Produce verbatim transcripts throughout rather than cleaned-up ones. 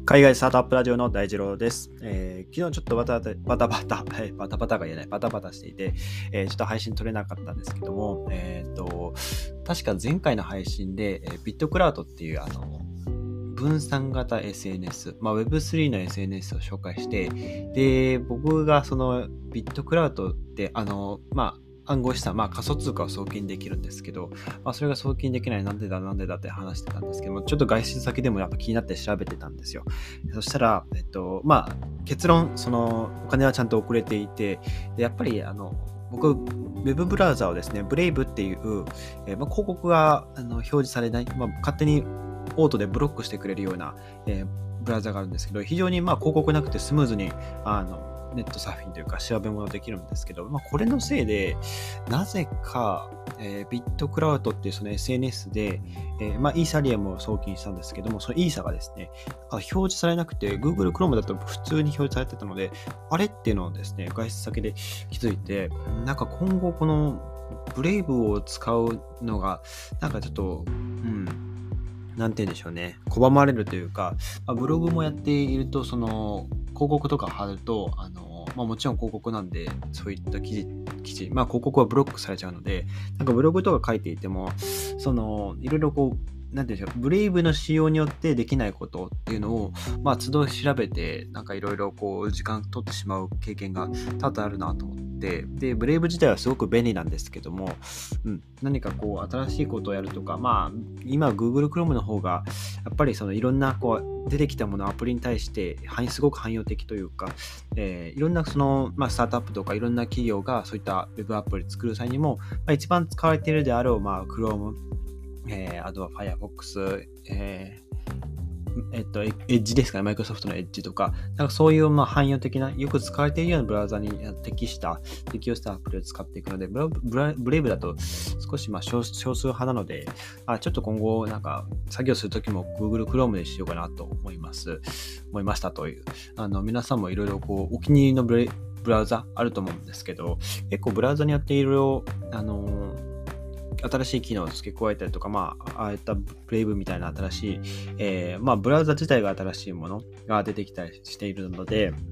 海外スタートアップラジオの大二郎です。えー、昨日ちょっとバタバタバタバタ、えーバタバタが言えないバタバタしていて、えーちょっと配信取れなかったんですけども、えっと確か前回の配信で、えー、ビットクラウドっていうあの分散型 エスエヌエス、まあ、ウェブスリー の エスエヌエス を紹介して、で僕がそのビットクラウドってあのまあ暗号資産、まあ仮想通貨を送金できるんですけど、まあそれが送金できない、なんでだなんでだって話してたんですけども、ちょっと外出先でもやっぱ気になって調べてたんですよ。そしたら、えっと、まあ結論、そのお金はちゃんと送れていて、でやっぱりあの、僕、ウェブブラウザをですね、ブレイブっていう、えーまあ、広告があの表示されない、まあ、勝手にオートでブロックしてくれるような、えーブラウザがあるんですけど、非常にまあ広告なくてスムーズにあのネットサーフィンというか調べ物できるんですけど、まあ、これのせいでなぜか、えービットクラウドっていうその エスエヌエスで、えーまあ、イーサリアムを送金したんですけども、そのイーサがですね、あ表示されなくて Google Chrome だと普通に表示されてたので、あれっていうのをですね、外出先で気づいて、なんか今後このブレイブを使うのがなんかちょっと、うんなんて言うんでしょうね、拒まれるというか、まあ、ブログもやっていると、その広告とか貼ると、あの、まあ、もちろん広告なんで、そういった記事、記事、まあ広告はブロックされちゃうので、なんかブログとか書いていても、その、いろいろこう、なんていうんでしょう、ブレイブの仕様によってできないことっていうのを、まあ、都度調べて、なんかいろいろこう、時間取ってしまう経験が多々あるなと思って、で、ブレイブ自体はすごく便利なんですけども、うん、何かこう、新しいことをやるとか、まあ、今は Google Chrome の方が、やっぱりそのいろんなこう、出てきたもの、アプリに対して、すごく汎用的というか、えー、いろんなその、まあ、スタートアップとかいろんな企業がそういったウェブアプリ作る際にも、まあ、一番使われているであろう、まあ、Chrome、えー、あとは Firefox、えーえっと、エッジですかね、マイクロソフトのエッジとか、なんかそういうまあ汎用的な、よく使われているようなブラウザに適した、適用したアプリを使っていくので、ブラブラブレイブだと少しまあ少少数派なので、あちょっと今後、なんか作業するときも Google Chrome でしようかなと思います。思いましたという。あの皆さんもいろいろこうお気に入りのブレブラウザあると思うんですけど、結構ブラウザによっていろいろ、あのー新しい機能を付け加えたりとか、まあ、ああいったブレイブみたいな新しい、えー、まあ、ブラウザ自体が新しいものが出てきたりしているので、うん。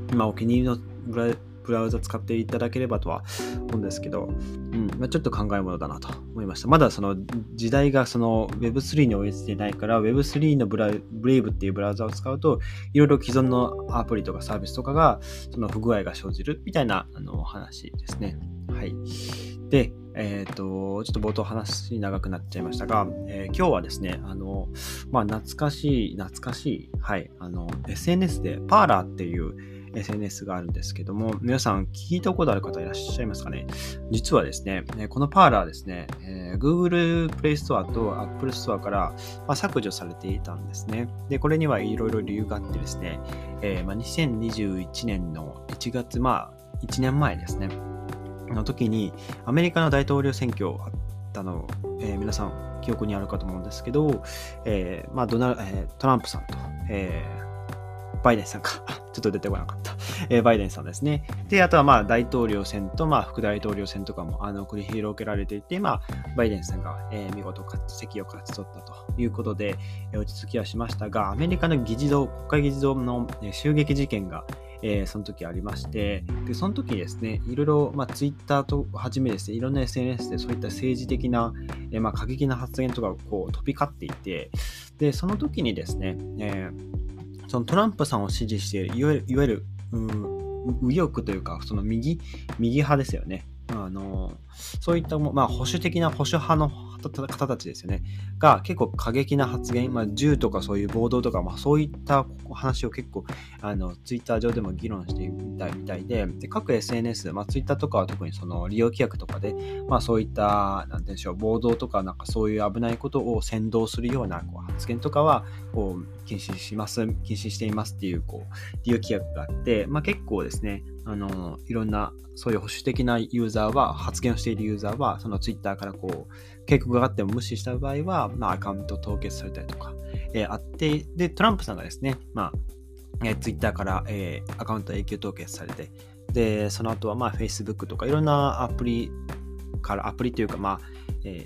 まあ、お気に入りのブラブラウザ使っていただければとは思うんですけど、うんまあ、ちょっと考えものだなと思いました。まだその時代がその ウェブスリー に追いついてないから、ウェブスリー のブラブレイブっていうブラウザを使うと、いろいろ既存のアプリとかサービスとかが、その不具合が生じるみたいなあの話ですね。はい。で、えっ、ー、と、ちょっと冒頭話長くなっちゃいましたが、えー、今日はですね、あの、まあ、懐かしい、懐かしい、はい、あの、エスエヌエス で、パーラーっていう エスエヌエス があるんですけども、皆さん聞いたことある方いらっしゃいますかね。実はですね、このパーラーですね、えー、Google Play Store と Apple Store から、まあ、削除されていたんですね。で、これにはいろいろ理由があってですね、えーまあ、にせんにじゅういちねんのいちがつ、まあ、いちねんまえですね。の時にアメリカの大統領選挙あったのを、えー、皆さん記憶にあるかと思うんですけど、えーまあ、ドナル、えー、トランプさんと、えー、バイデンさんかちょっと出てこなかった、えー、バイデンさんですね。であとはまあ大統領選とまあ副大統領選とかもあの繰り広げられていて、まあ、バイデンさんが、えー、見事席を勝ち取ったということで、えー、落ち着きはしましたが、アメリカの議事堂国会議事堂の、えー、襲撃事件がえー、その時ありまして、でその時ですね、いろいろ、まあ、ツイッターとはじめですね、いろんな エスエヌエス でそういった政治的な、えーまあ、過激な発言とかこう飛び交っていて、でその時にですね、えー、そのトランプさんを支持している、いわゆる、いわゆる右翼というか、その右、右派ですよね。あのそういった、まあ、保守的な保守派の方たちですよねが結構過激な発言、まあ、銃とかそういう暴動とか、まあ、そういった話を結構あのツイッター上でも議論してみたいみたい で, で各 エスエヌエス、まあ、ツイッターとかは特にその利用規約とかで、まあ、そういったなんて言うんでしょう、暴動とかなんかそういう危ないことを扇動するようなこう発言とかはこう禁止します禁止していますっていうこう利用規約があって、まあ、結構ですね、あのいろんなそういう保守的なユーザーは発言をしているユーザーはそのツイッターからこう警告があっても無視した場合は、まあ、アカウント凍結されたりとか、えー、あって、でトランプさんがですね、まあえー、ツイッターから、えー、アカウント永久凍結されて、でその後はまあ Facebook とかいろんなアプリからアプリというかまあ、えー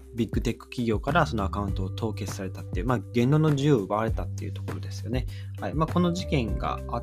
ビッグテック企業からそのアカウントを凍結されたっていう、まあ、言論の自由を奪われたっていうところですよね。はい。まあ、この事件があって、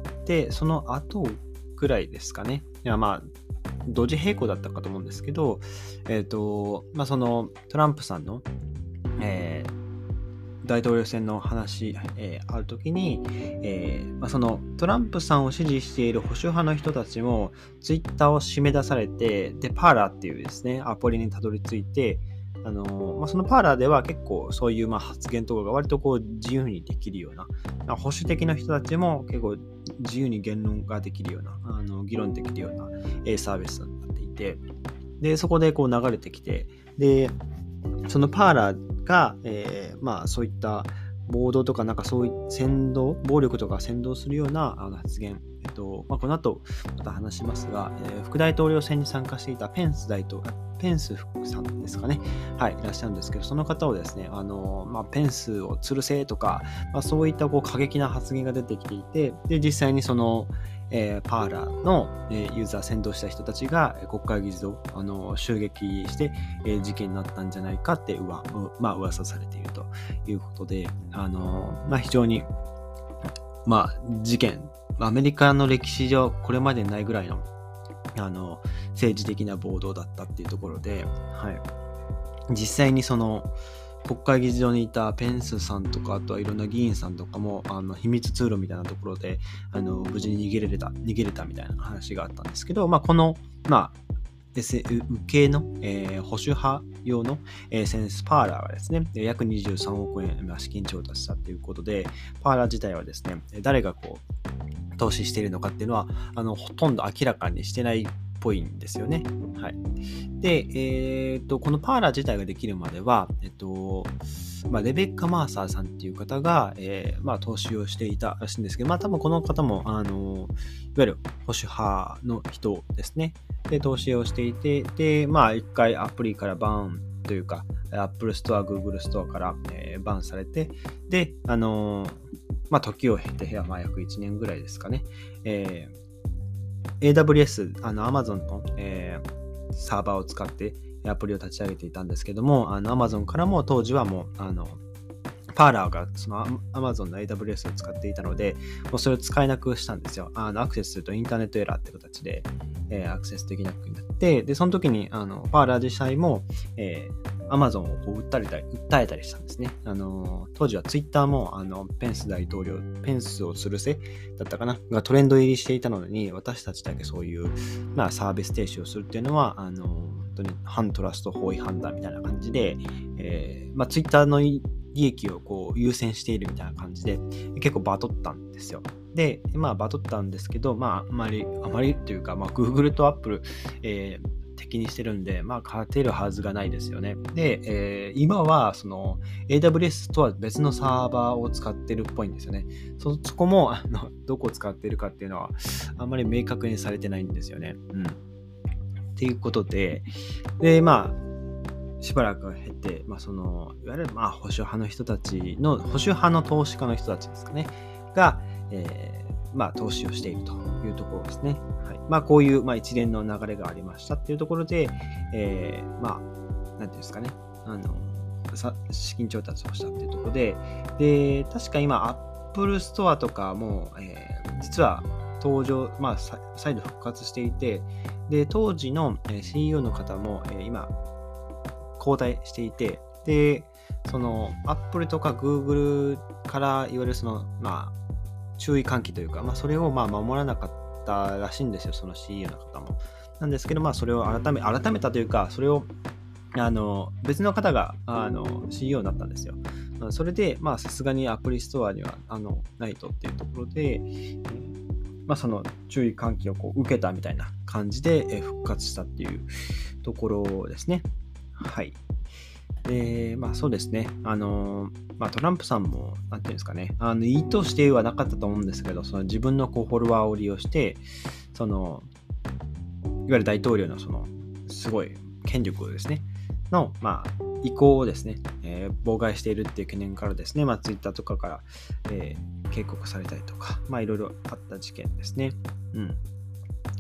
その後ぐらいですかね。いや、まあ、同時並行だったかと思うんですけど、えっと、まあ、そのトランプさんの、えー大統領選の話、えー、あるときに、えーまあ、そのトランプさんを支持している保守派の人たちもツイッターを締め出されて、で、パーラーっていうですね、アプリにたどり着いて、あのーまあ、そのパーラーでは結構そういうまあ発言とかが割とこう自由にできるような、まあ保守的な人たちも結構自由に言論ができるような、あの議論できるようなサービスになっていて、で、そこでこう流れてきて、で、そのパーラーが、えー、まあそういった暴動とかなんかそういう扇動、暴力とか扇動するようなあの発言、えっとまあ、この後また話しますが、えー、副大統領選に参加していたペンス大統領、ペンス副さんですかね、はい、いらっしゃるんですけど、その方をですね、あのまあ、ペンスを吊るせとか、まあ、そういったこう過激な発言が出てきていて、で実際にそのえー、パーラーの、えー、ユーザー先導した人たちが国会議事堂をあの襲撃して、えー、事件になったんじゃないかってうわ、うまあ噂されているということで、あのまあ、非常に、まあ、事件、アメリカの歴史上これまでないぐらいの、あの政治的な暴動だったっていうところで、はい、実際にその国会議事堂にいたペンスさんとか、あとはいろんな議員さんとかもあの秘密通路みたいなところであの無事に逃げれた逃げれたみたいな話があったんですけど、まあ、この、まあ、受けの、えー、保守派用の、えー、センスパーラーがですね、約にじゅうさんおくえん資金調達したということで、パーラー自体はですね、誰がこう投資しているのかっていうのはあのほとんど明らかにしてないっぽいんですよね。はい。で、えー、とこのパーラー自体ができるまでは、えっとまあ、レベッカ・マーサーさんっていう方が、えーまあ、投資をしていたらしいんですけど、まあ、多分この方もあのいわゆる保守派の人ですね。で、投資をしていて、で、まあ、一回アプリからバンというか、Apple Store、Google Store から、えー、バンされて、で、あのー、まあ、時を経て、まあ、約いちねんぐらいですかね、えー、エーダブリューエス、あの Amazon の、えー、サーバーを使ってアプリを立ち上げていたんですけども、あの Amazon からも当時はもう、あの、パーラーがその Amazon の エーダブリューエス を使っていたので、もうそれを使えなくしたんですよ。あのアクセスするとインターネットエラーって形で、えー、アクセスできなくなって、で、その時にあのパーラー自体も、えー、Amazon をこう訴えたり、訴えたりしたんですね。あの当時は Twitter もあのペンス大統領、ペンスを吊るせだったかながトレンド入りしていたのに、私たちだけそういう、まあ、サービス停止をするっていうのは、あの本当に反トラスト法違反だみたいな感じで、えーまあ、Twitter の利益をこう優先しているみたいな感じで結構バトったんですよ。で、まあバトったんですけど、まああまり、あまりというか、まあ Google と Apple、えー、敵にしてるんで、まあ勝てるはずがないですよね。で、えー、今はその エーダブリューエス とは別のサーバーを使ってるっぽいんですよね。そ、そこもあのどこを使ってるかっていうのはあんまり明確にされてないんですよね。うん。っていうことで、で、まあ、しばらく経て、まあ、そのいわゆるまあ保守派の人たちの保守派の投資家の人たちですかねが、えー、まあ投資をしているというところですね。はい。まあこういうまあ一連の流れがありましたっていうところで、えー、まあなんていうんですかね、あの資金調達をしたっていうところで、で確か今 Apple Store とかも、えー、実は登場、まあ再度復活していて、で当時の シーイーオー の方も、えー、今交代していて、で、その Apple とか Google からいわゆるその、まあ、注意喚起というか、まあ、それをまあ守らなかったらしいんですよ、その シーイーオー の方も。なんですけど、まあ、それを改め、改めたというか、それを、あの、別の方が、あの、シーイーオー になったんですよ。それで、まあ、さすがにアプリストアには、あの、ないとっていうところで、まあ、その注意喚起をこう受けたみたいな感じで復活したっていうところですね。はい。で、まあそうですね。あの、まあトランプさんも、なんていうんですかね、あの意図してはなかったと思うんですけど、その自分のこうフォロワーを利用して、その、いわゆる大統領のその、すごい権力ですね、の、まあ、意向をですね、えー、妨害しているっていう懸念からですね、まあツイッターとかから、えー、警告されたりとか、まあいろいろあった事件ですね。うん。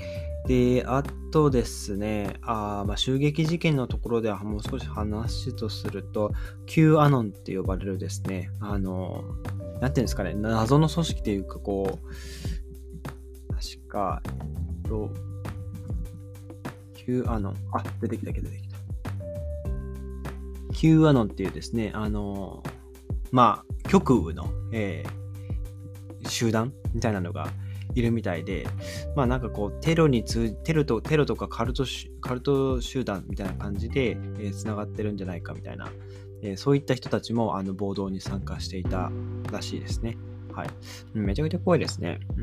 で、あとですね、あーまあ襲撃事件のところではもう少し話とすると、Q アノンって呼ばれるですね、あの、なんていうんですかね、謎の組織というか、こう、確か、えっと、Q アノン、あ、出てきたけど出てきた。Q アノンっていうですね、あの、まあ、極右の、えー集団みたいなのがいるみたいで、まあなんかこうテロに通じテロとテロとかカルトしカルト集団みたいな感じで、えー、つながってるんじゃないかみたいな、えーそういった人たちもあの暴動に参加していたらしいですね。はい。うんめちゃくちゃ怖いですね。うん。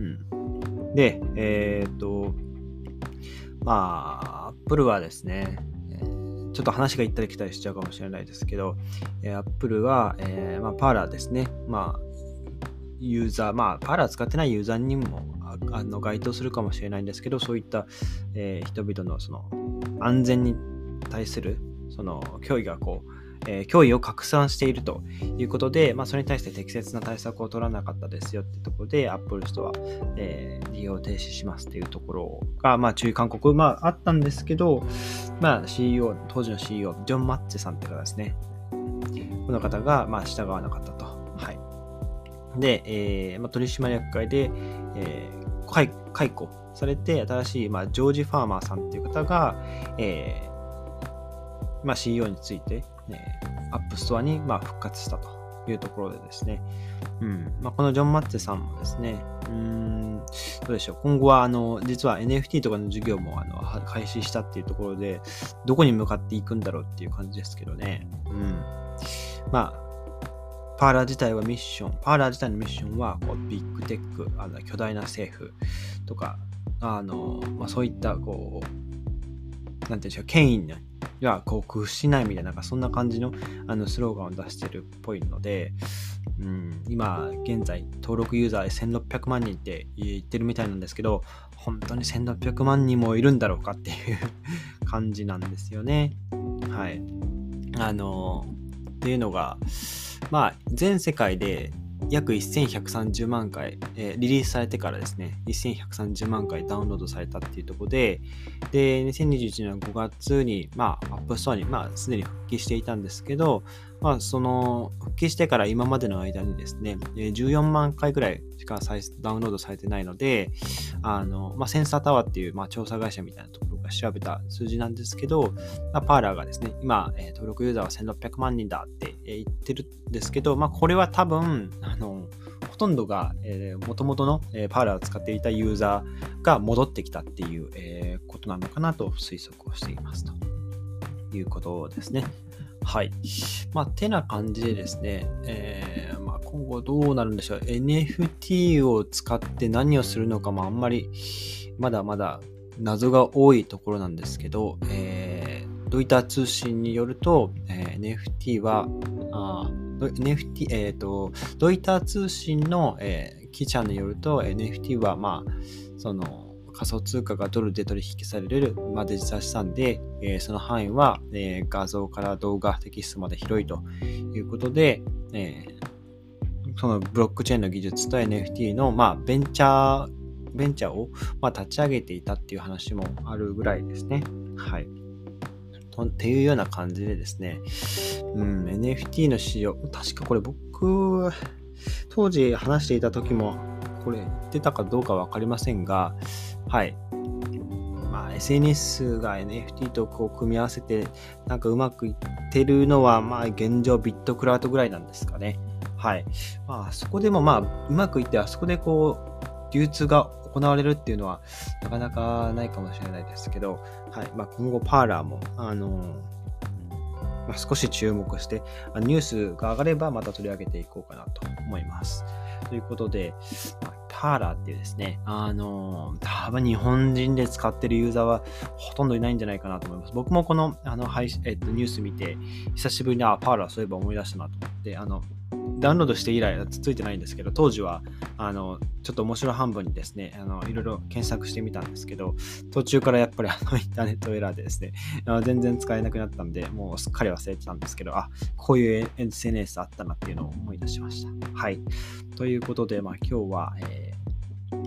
で、えーっと、まあ、Apple はですね、えーちょっと話が行ったり来たりしちゃうかもしれないですけど、えー Apple は、えーまあ、パーラーですね。まあ、ユーザー、まあ、パーラー使ってないユーザーにもああの該当するかもしれないんですけど、そういった、えー人々のその安全に対するその脅威がこう、えー脅威を拡散しているということで、まあ、それに対して適切な対策を取らなかったですよってところで、Apple Store は、えー利用停止しますっていうところが、まあ、注意勧告、まあ、あったんですけど、まあ、シーイーオー、当時の シーイーオー、ジョン・マッチェさんって方ですね。この方が、まあ、従わなかったと。はい。で、えーまあ、取締役会で、えー解、解雇されて、新しい、まあ、ジョージ・ファーマーさんっていう方が、えーまあ、シーイーオー について、えー、アップストアに、まあ、復活したというところでですね、うんまあ、このジョン・マッツェさんもですね、うーんどうでしょう、今後はあの実は エヌエフティー とかの授業もあの開始したっていうところで、どこに向かっていくんだろうっていう感じですけどね。うん、まあパーラー自体はミッション、パーラー自体のミッションはこうビッグテック、あの巨大な政府とか、あのまあ、そういったこう、なんていうんでしょう、権威がこう屈しないみたいな、なんかそんな感じのあのスローガンを出してるっぽいので、うん、今現在登録ユーザーせんろっぴゃくまんにんって言ってるみたいなんですけど、本当にせんろっぴゃくまんにんもいるんだろうかっていう感じなんですよね。はい。あのっていうのが、まあ全世界で約せんひゃくさんじゅうまんかい、えーリリースされてからですね、せんひゃくさんじゅうまんかいダウンロードされたっていうところで、で、にせんにじゅういちねんごがつに、まあ、App Store に、まあ、すでに復帰していたんですけど、まあ、その、復帰してから今までの間にですね、えーじゅうよんまんかいぐらいしか再ダウンロードされてないので、あの、まあ、センサータワーっていう、まあ、調査会社みたいなところが調べた数字なんですけど、まあ、パーラーがですね、今、えー登録ユーザーはせんろっぴゃくまんにんだってえー言ってるんですけど、まあ、これは多分、あの、ほとんどが、えー、元々の、えーパーラーを使っていたユーザーが戻ってきたっていう、えーことなのかなと推測をしていますということですね。はい。まあ、てな感じでですね、えーまあ、今後どうなるんでしょう。エヌエフティー を使って何をするのかもあんまりまだまだ謎が多いところなんですけど、えー、ロイター通信によると、えー エヌエフティー は、あー エヌエフティー、えっと、ロイター通信の、えー記者によると エヌエフティー は、まあ、その仮想通貨がドルで取引される、まあ、デジタル資産で、えーその範囲は、えー画像から動画、テキストまで広いということで、えーそのブロックチェーンの技術と エヌエフティー の、まあ、ベンチャー、ベンチャーを、まあ、立ち上げていたっていう話もあるぐらいですね。はい。とっていうような感じでですね、うん、エヌエフティー の市場、確かこれ僕、当時話していた時も、これ言ってたかどうかわかりませんが、はい。まあ、エスエヌエス が エヌエフティー とこう組み合わせて、なんかうまくいってるのは、まあ、現状ビットクラウドぐらいなんですかね。はい。まあ、そこでもまあ、うまくいって、あそこでこう、流通が行われるっていうのは、なかなかないかもしれないですけど、はい。まあ、今後、パーラーも、あのまあ、少し注目して、ニュースが上がればまた取り上げていこうかなと思います。ということで、まあ、パーラーっていうですね、あの多分日本人で使ってるユーザーはほとんどいないんじゃないかなと思います。僕もこの、あの配信えっと、ニュース見て、久しぶりに、あ、パーラーそういえば思い出したなと思って、あの、ダウンロードして以来ついてないんですけど、当時はあのちょっと面白半分にですね、あのいろいろ検索してみたんですけど、途中からやっぱりあのインターネットエラーでですね、あの全然使えなくなったんで、もうすっかり忘れてたんですけど、あ、こういう エスエヌエス あったなっていうのを思い出しました。はい。ということで、まあ、今日は、えー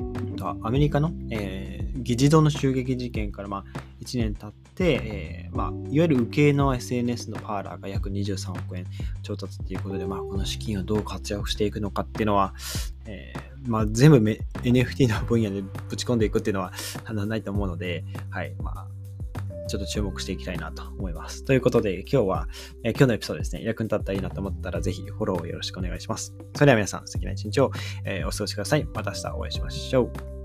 かアメリカの、えー議事堂の襲撃事件から、まあ、いちねん経って、えーまあ、いわゆる受けの エスエヌエス のパーラーが約にじゅうさんおくえん調達ということで、まあ、この資金をどう活躍していくのかっていうのは、えーまあ、全部め エヌエフティー の分野でぶち込んでいくっていうのはあのないと思うので、はいまあちょっと注目していきたいなと思います。ということで、今日は、えー今日のエピソードですね、役に立ったらいいなと思ったら、ぜひフォローよろしくお願いします。それでは皆さん、素敵な一日を、えーお過ごしください。また明日お会いしましょう。